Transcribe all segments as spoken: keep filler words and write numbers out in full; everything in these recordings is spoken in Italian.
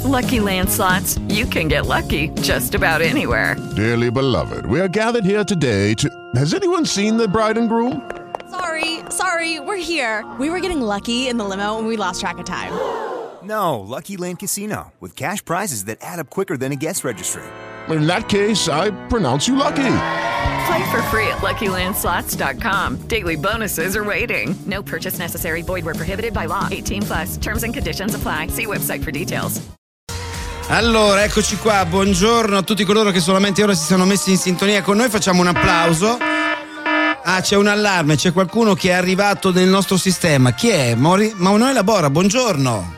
Lucky Land Slots, you can get lucky just about anywhere. Dearly beloved, we are gathered here today to... Has anyone seen the bride and groom? Sorry, sorry, we're here. We were getting lucky in the limo and we lost track of time. No, Lucky Land Casino, with cash prizes that add up quicker than a guest registry. In that case, I pronounce you lucky. Play for free at Lucky Land Slots dot com. Daily bonuses are waiting. No purchase necessary. Void where prohibited by law. eighteen plus. Terms and conditions apply. See website for details. Allora, eccoci qua. Buongiorno a tutti coloro che solamente ora si sono messi in sintonia con noi. Facciamo un applauso. Ah, c'è un allarme. C'è qualcuno che è arrivato nel nostro sistema. Chi è? Mori- Manuela Bora, buongiorno.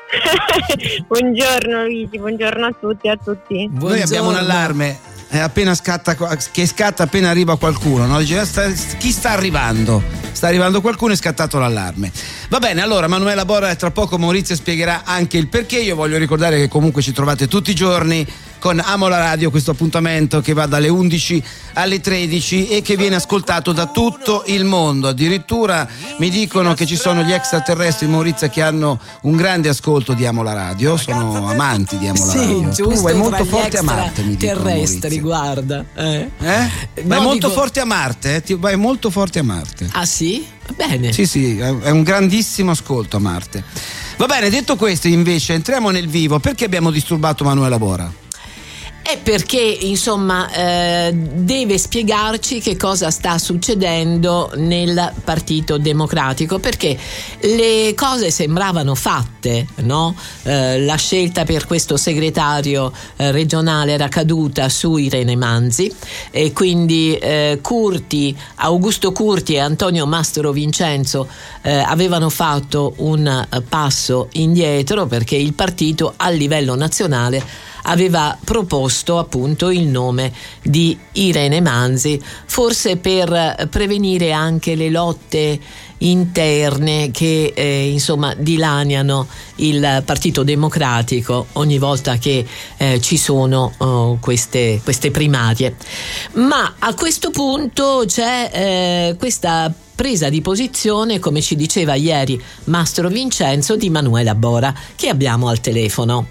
Buongiorno Luigi, buongiorno a tutti e a tutti. Buongiorno. Noi abbiamo un allarme eh, appena scatta, che scatta appena arriva qualcuno, no? Dice, sta, chi sta arrivando? Sta arrivando qualcuno, è scattato l'allarme. Va bene, allora Manuela Bora, tra poco Maurizio spiegherà anche il perché. Io voglio ricordare che comunque ci trovate tutti i giorni con Amo la Radio, questo appuntamento che va dalle undici alle tredici e che viene ascoltato da tutto il mondo. Addirittura mi dicono che ci sono gli extraterrestri, Maurizio, che hanno un grande ascolto di Amo la Radio, sono amanti di Amo la sì, Radio. Giusto, tu vai molto forte a extra Marte, mi dicono, terrestri, Maurizio. guarda. Eh? Eh? Vai No, molto dico... forte a Marte, eh? Ti vai molto forte a Marte. Ah sì? Bene. Sì, sì, è un grandissimo ascolto a Marte. Va bene, detto questo invece entriamo nel vivo. Perché abbiamo disturbato Manuela Bora? È perché insomma eh, deve spiegarci che cosa sta succedendo nel Partito Democratico, perché le cose sembravano fatte, no? Eh, la scelta per questo segretario eh, regionale era caduta su Irene Manzi e quindi eh, Curti, Augusto Curti e Antonio Mastro Vincenzo eh, avevano fatto un eh, passo indietro, perché il partito a livello nazionale aveva proposto appunto il nome di Irene Manzi, forse per prevenire anche le lotte interne che eh, insomma dilaniano il Partito Democratico ogni volta che eh, ci sono oh, queste, queste primarie. Ma a questo punto c'è eh, questa presa di posizione, come ci diceva ieri Mastro Vincenzo, di Manuela Bora, che abbiamo al telefono.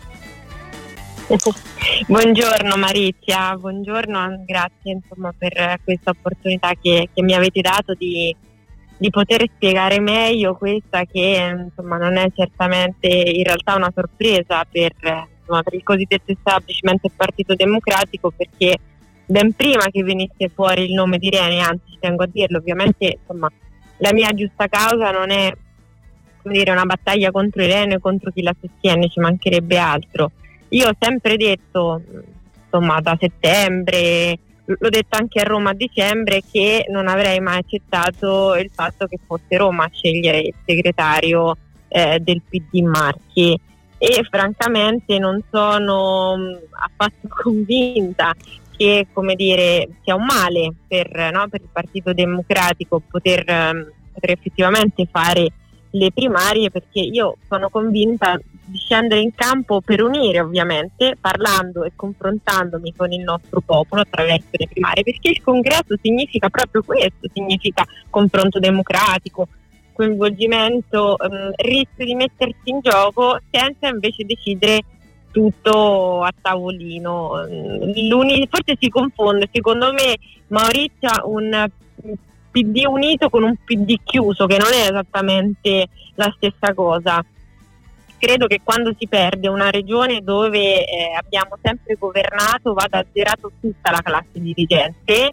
Buongiorno Marizia, buongiorno, grazie insomma per questa opportunità che, che mi avete dato di, di poter spiegare meglio questa che insomma non è certamente in realtà una sorpresa per, insomma, per il cosiddetto establishment del Partito Democratico, perché ben prima che venisse fuori il nome di Irene, anzi ci tengo a dirlo, ovviamente insomma la mia giusta causa non è, come dire, una battaglia contro Irene o contro chi la sostiene, ci mancherebbe altro. Io ho sempre detto, insomma, da settembre, l'ho detto anche a Roma a dicembre, che non avrei mai accettato il fatto che fosse Roma a scegliere il segretario eh, del P D Marchi, e francamente non sono mh, affatto convinta che, come dire, sia un male per, no, per il Partito Democratico poter, um, poter effettivamente fare le primarie, perché io sono convinta di scendere in campo per unire, ovviamente, parlando e confrontandomi con il nostro popolo attraverso le primarie, perché il congresso significa proprio questo, significa confronto democratico, coinvolgimento, ehm, rischio di mettersi in gioco senza invece decidere tutto a tavolino. L'uni, forse si confonde, secondo me, Maurizio, un P D unito con un P D chiuso, che non è esattamente la stessa cosa. Credo che quando si perde una regione dove eh, abbiamo sempre governato vada azzerato tutta la classe dirigente,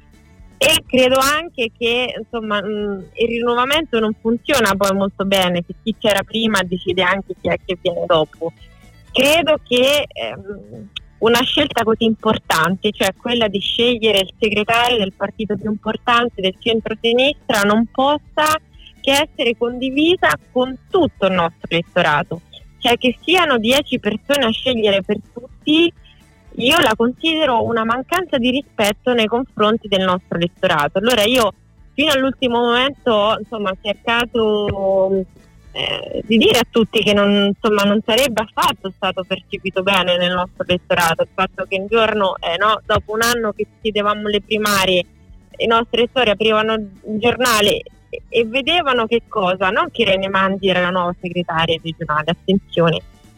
e credo anche che insomma mh, il rinnovamento non funziona poi molto bene se chi c'era prima decide anche chi è che viene dopo. Credo che ehm, una scelta così importante, cioè quella di scegliere il segretario del partito più importante del centro-sinistra, non possa che essere condivisa con tutto il nostro elettorato. Cioè che siano dieci persone a scegliere per tutti, io la considero una mancanza di rispetto nei confronti del nostro elettorato. Allora io fino all'ultimo momento ho insomma cercato eh, di dire a tutti che non, insomma, non sarebbe affatto stato percepito bene nel nostro elettorato il fatto che un giorno, eh, no, dopo un anno che chiedevamo le primarie, i nostri elettori aprivano il giornale e, e vedevano che cosa? Non che Irene Manzi era la nuova segretaria regionale, attenzione,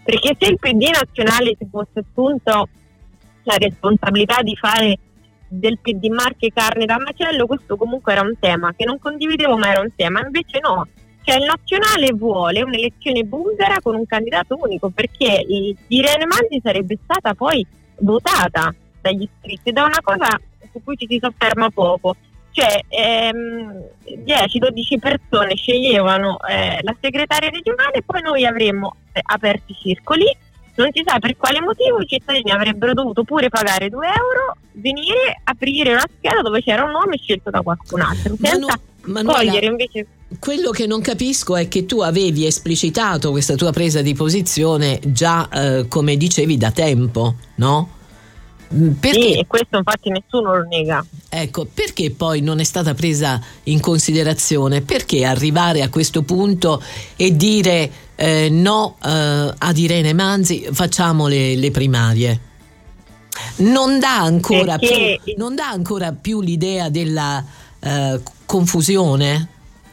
perché se il P D nazionale si fosse assunto la responsabilità di fare del P D Marche carne da macello, questo comunque era un tema che non condividevo, ma era un tema. Invece no, cioè il nazionale vuole un'elezione bulgara con un candidato unico, perché Irene Manzi sarebbe stata poi votata dagli iscritti, da una cosa su cui ci si sofferma poco, cioè ehm, dieci dodici persone sceglievano eh, la segretaria regionale, poi noi avremmo eh, aperto i circoli. Non si sa per quale motivo i cittadini avrebbero dovuto pure pagare due euro, venire, aprire una scheda dove c'era un nome scelto da qualcun altro, senza Manu- cogliere invece. Quello che non capisco è che tu avevi esplicitato questa tua presa di posizione già, eh, come dicevi, da tempo, no? Perché? Sì, e questo infatti nessuno lo nega. Ecco, perché poi non è stata presa in considerazione? Perché arrivare a questo punto e dire eh, no eh, ad Irene Manzi, facciamo le, le primarie? Non dà ancora Perché... più, non dà ancora più l'idea della eh, confusione?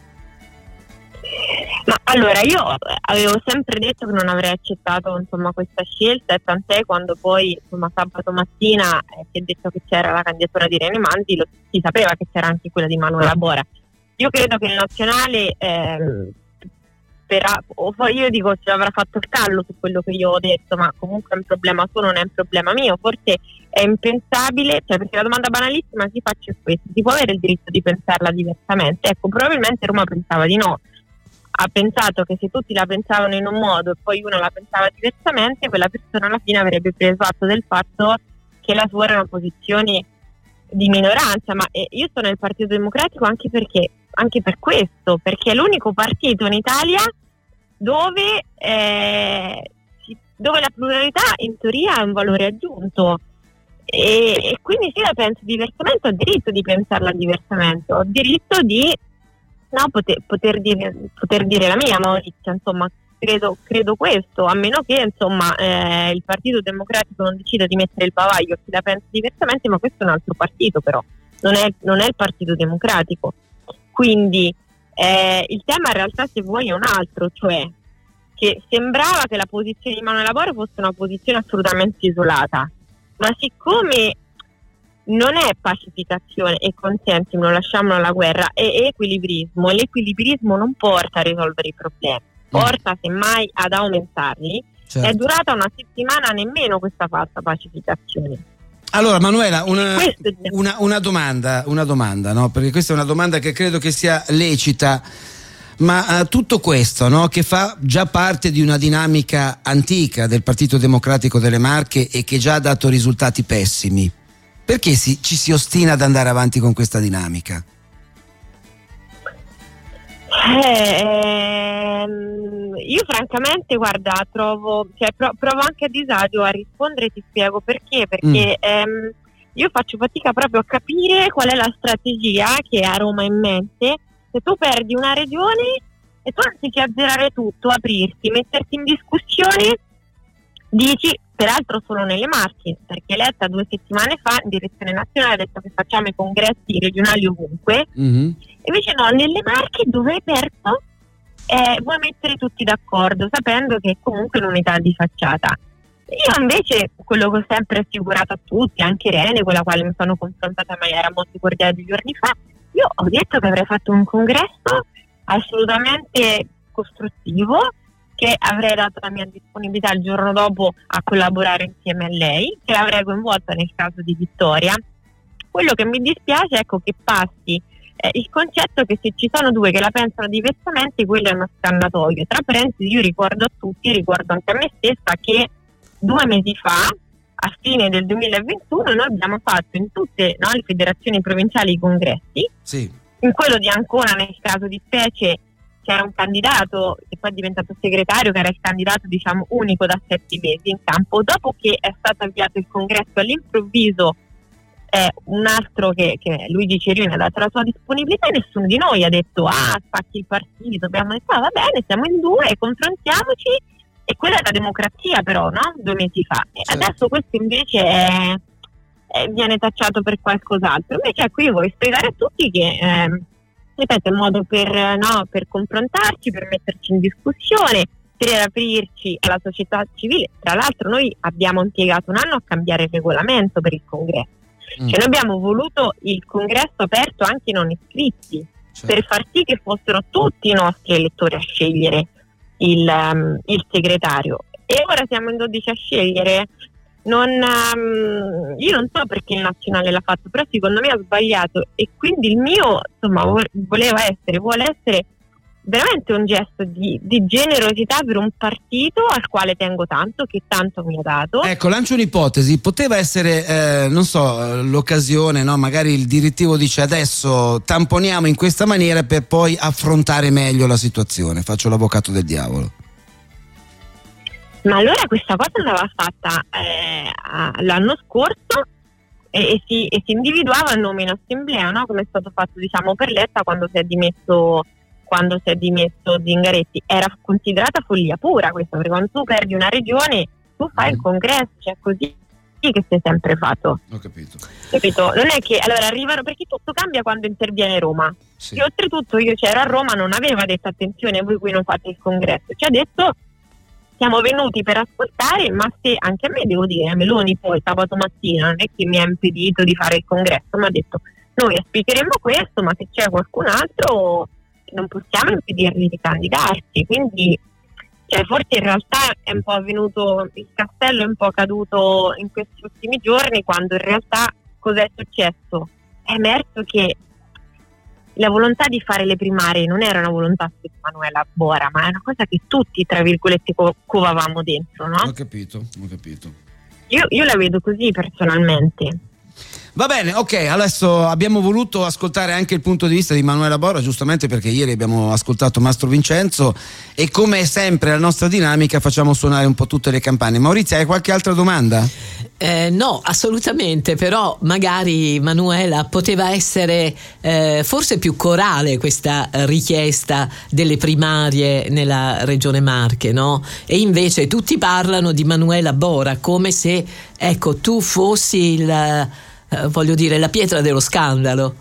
Ma allora, io avevo sempre detto che non avrei accettato, insomma, questa scelta, e tant'è quando poi, insomma, sabato mattina eh, si è detto che c'era la candidatura di Irene Manzi, lo, si sapeva che c'era anche quella di Manuela Bora. Io credo che il nazionale eh, per, o io dico ci avrà fatto il callo su quello che io ho detto, ma comunque è un problema suo, non è un problema mio. Forse è impensabile, cioè, perché la domanda banalissima si faccia è questa: si può avere il diritto di pensarla diversamente? Ecco, probabilmente Roma pensava di no. Ha pensato che se tutti la pensavano in un modo e poi uno la pensava diversamente, quella persona alla fine avrebbe preso atto del fatto che la sua era una posizione di minoranza. Ma eh, io sono nel Partito Democratico anche perché anche per questo, perché è l'unico partito in Italia dove eh, dove la pluralità in teoria è un valore aggiunto, e, e quindi se la penso diversamente ho diritto di pensarla diversamente, ho diritto di no, poter, poter, dire, poter dire la mia, Maurizia, insomma, credo, credo questo, a meno che insomma eh, il Partito Democratico non decida di mettere il bavaglio a chi la pensa diversamente, ma questo è un altro partito, però non è, non è il Partito Democratico. Quindi eh, il tema in realtà, se vuoi, è un altro, cioè che sembrava che la posizione di Manuela Bora fosse una posizione assolutamente isolata, ma siccome non è pacificazione e consentimi, lasciamolo alla guerra, è equilibrismo, e l'equilibrismo non porta a risolvere i problemi, porta semmai ad aumentarli. Certo. È durata una settimana nemmeno questa falsa pacificazione. Allora Manuela, una, una, una domanda, una domanda, no? Perché questa è una domanda che credo che sia lecita, ma uh, tutto questo, no? Che fa già parte di una dinamica antica del Partito Democratico delle Marche e che già ha dato risultati pessimi. Perché si, ci si ostina ad andare avanti con questa dinamica? Eh, ehm, io francamente, guarda, trovo, cioè, pro, provo anche a disagio a rispondere, ti spiego perché, perché mm. ehm, io faccio fatica proprio a capire qual è la strategia che ha Roma in mente. Se tu perdi una regione e tu, anziché azzerare tutto, aprirti, metterti in discussione, dici, peraltro solo nelle Marche, perché Letta due settimane fa in direzione nazionale ha detto che facciamo i congressi regionali ovunque, mm-hmm. invece no, nelle Marche dove hai perso eh, vuoi mettere tutti d'accordo, sapendo che è comunque un'unità di facciata. Io invece, quello che ho sempre assicurato a tutti, anche Irene, con la quale mi sono confrontata in maniera molto cordiale due giorni fa, io ho detto che avrei fatto un congresso assolutamente costruttivo, che avrei dato la mia disponibilità il giorno dopo a collaborare insieme a lei, che l'avrei coinvolta nel caso di vittoria. Quello che mi dispiace, ecco, che passi eh, il concetto che se ci sono due che la pensano diversamente, quello è uno scannatoio. Tra parentesi, io ricordo a tutti, ricordo anche a me stessa, che due mesi fa, a fine del duemilaventuno, noi abbiamo fatto in tutte, no, le federazioni provinciali i congressi. Sì. In quello di Ancona, nel caso di specie, c'era un candidato che poi è diventato segretario, che era il candidato, diciamo, unico da sette mesi in campo. Dopo che è stato avviato il congresso, all'improvviso eh, un altro che, che Luigi Cerini ha dato la sua disponibilità, e nessuno di noi ha detto ah, spacchi il partito, abbiamo detto ah, va bene, siamo in due, confrontiamoci. E quella è la democrazia, però, no? Due mesi fa. E certo. Adesso questo invece è, è, viene tacciato per qualcos'altro. Invece ecco, io voglio spiegare a tutti che eh, ripeto, è un modo per, no, per confrontarci, per metterci in discussione. per aprirci alla società civile. Tra l'altro noi abbiamo impiegato un anno a cambiare il regolamento per il congresso, mm. cioè noi abbiamo voluto il congresso aperto anche ai non iscritti, certo. per far sì che fossero tutti i nostri elettori a scegliere il, um, il segretario, e ora siamo in dodici a scegliere. Non, um, io non so perché il nazionale l'ha fatto, però secondo me ha sbagliato, e quindi il mio insomma voleva essere, vuole essere veramente un gesto di, di generosità per un partito al quale tengo tanto, che tanto mi ha dato. Ecco, lancio un'ipotesi, poteva essere eh, non so, l'occasione, no? Magari il direttivo dice adesso tamponiamo in questa maniera per poi affrontare meglio la situazione, faccio l'avvocato del diavolo. Ma allora questa cosa andava fatta eh, l'anno scorso e, e, si, e si individuava il nome in assemblea, no? Come è stato fatto, diciamo, per Letta quando si è dimesso quando si è dimesso Zingaretti. Era considerata follia pura questa, perché quando tu perdi una regione tu fai mm. il congresso, cioè così che si è sempre fatto. Ho capito. Capito? Non è che allora arrivano, perché tutto cambia quando interviene Roma. Sì. E oltretutto io c'ero a Roma, non aveva detto attenzione voi qui non fate il congresso, ci ha detto siamo venuti per ascoltare, ma se anche a me, devo dire, Meloni poi sabato mattina non è che mi ha impedito di fare il congresso, mi ha detto noi spiegheremo questo, ma se c'è qualcun altro non possiamo impedirgli di candidarsi. Quindi cioè, forse in realtà è un po' avvenuto, il castello è un po' caduto in questi ultimi giorni, quando in realtà cos'è successo? È emerso che la volontà di fare le primarie non era una volontà di Manuela Bora, ma è una cosa che tutti, tra virgolette, co- covavamo dentro, no? Ho capito, ho capito. Io, io la vedo così personalmente. Va bene, ok, adesso abbiamo voluto ascoltare anche il punto di vista di Manuela Bora, giustamente perché ieri abbiamo ascoltato Mastro Vincenzo e come sempre la nostra dinamica facciamo suonare un po' tutte le campane. Maurizia, hai qualche altra domanda? Eh, no, assolutamente, però magari Manuela poteva essere eh, forse più corale questa richiesta delle primarie nella regione Marche, no? E invece tutti parlano di Manuela Bora come se, ecco, tu fossi il, eh, voglio dire, la pietra dello scandalo.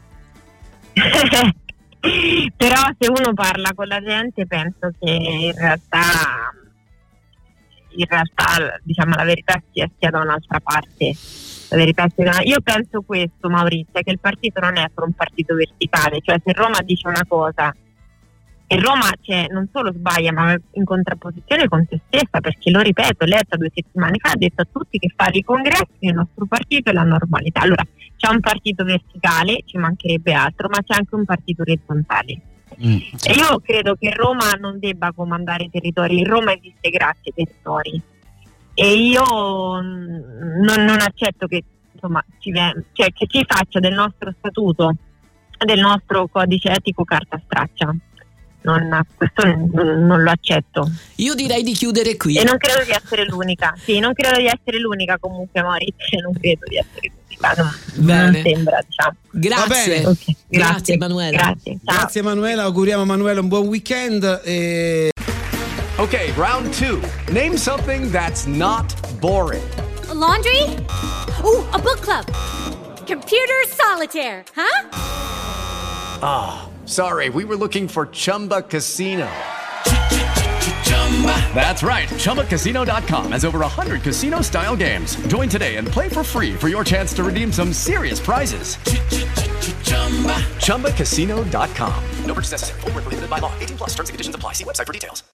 Però se uno parla con la gente penso che in realtà in realtà diciamo la verità sia, sia da un'altra parte. La verità sia, io penso questo, Maurizio, che il partito non è solo un partito verticale, cioè se Roma dice una cosa e Roma cioè, non solo sbaglia ma in contrapposizione con se stessa, perché lo ripeto, Letta due settimane fa ha detto a tutti che fare i congressi nel nostro partito è la normalità. Allora c'è un partito verticale, ci mancherebbe altro, ma c'è anche un partito orizzontale. Mm, sì. E io credo che Roma non debba comandare i territori, Roma esiste grazie ai territori, e io non, non accetto che insomma ci, cioè, che ci faccia del nostro statuto, del nostro codice etico carta straccia. Non, questo non, non lo accetto. Io direi di chiudere qui. E non credo di essere l'unica. Sì, non credo di essere l'unica comunque, Maurizio. Non credo di essere l'unica. Non, non sembra, diciamo. Grazie. Okay. Grazie. Grazie Emanuela. Grazie. Ciao. Grazie Emanuela, auguriamo a Emanuela un buon weekend. E... Ok, round two. Name something that's not boring. A laundry? Ooh, a book club. Computer solitaire, huh? Ah. Oh. Sorry, we were looking for Chumba Casino. That's right, Chumba Casino dot com has over one hundred casino-style games. Join today and play for free for your chance to redeem some serious prizes. Chumba Casino dot com. No purchase necessary. Void where prohibited by law. eighteen plus terms and conditions apply. See website for details.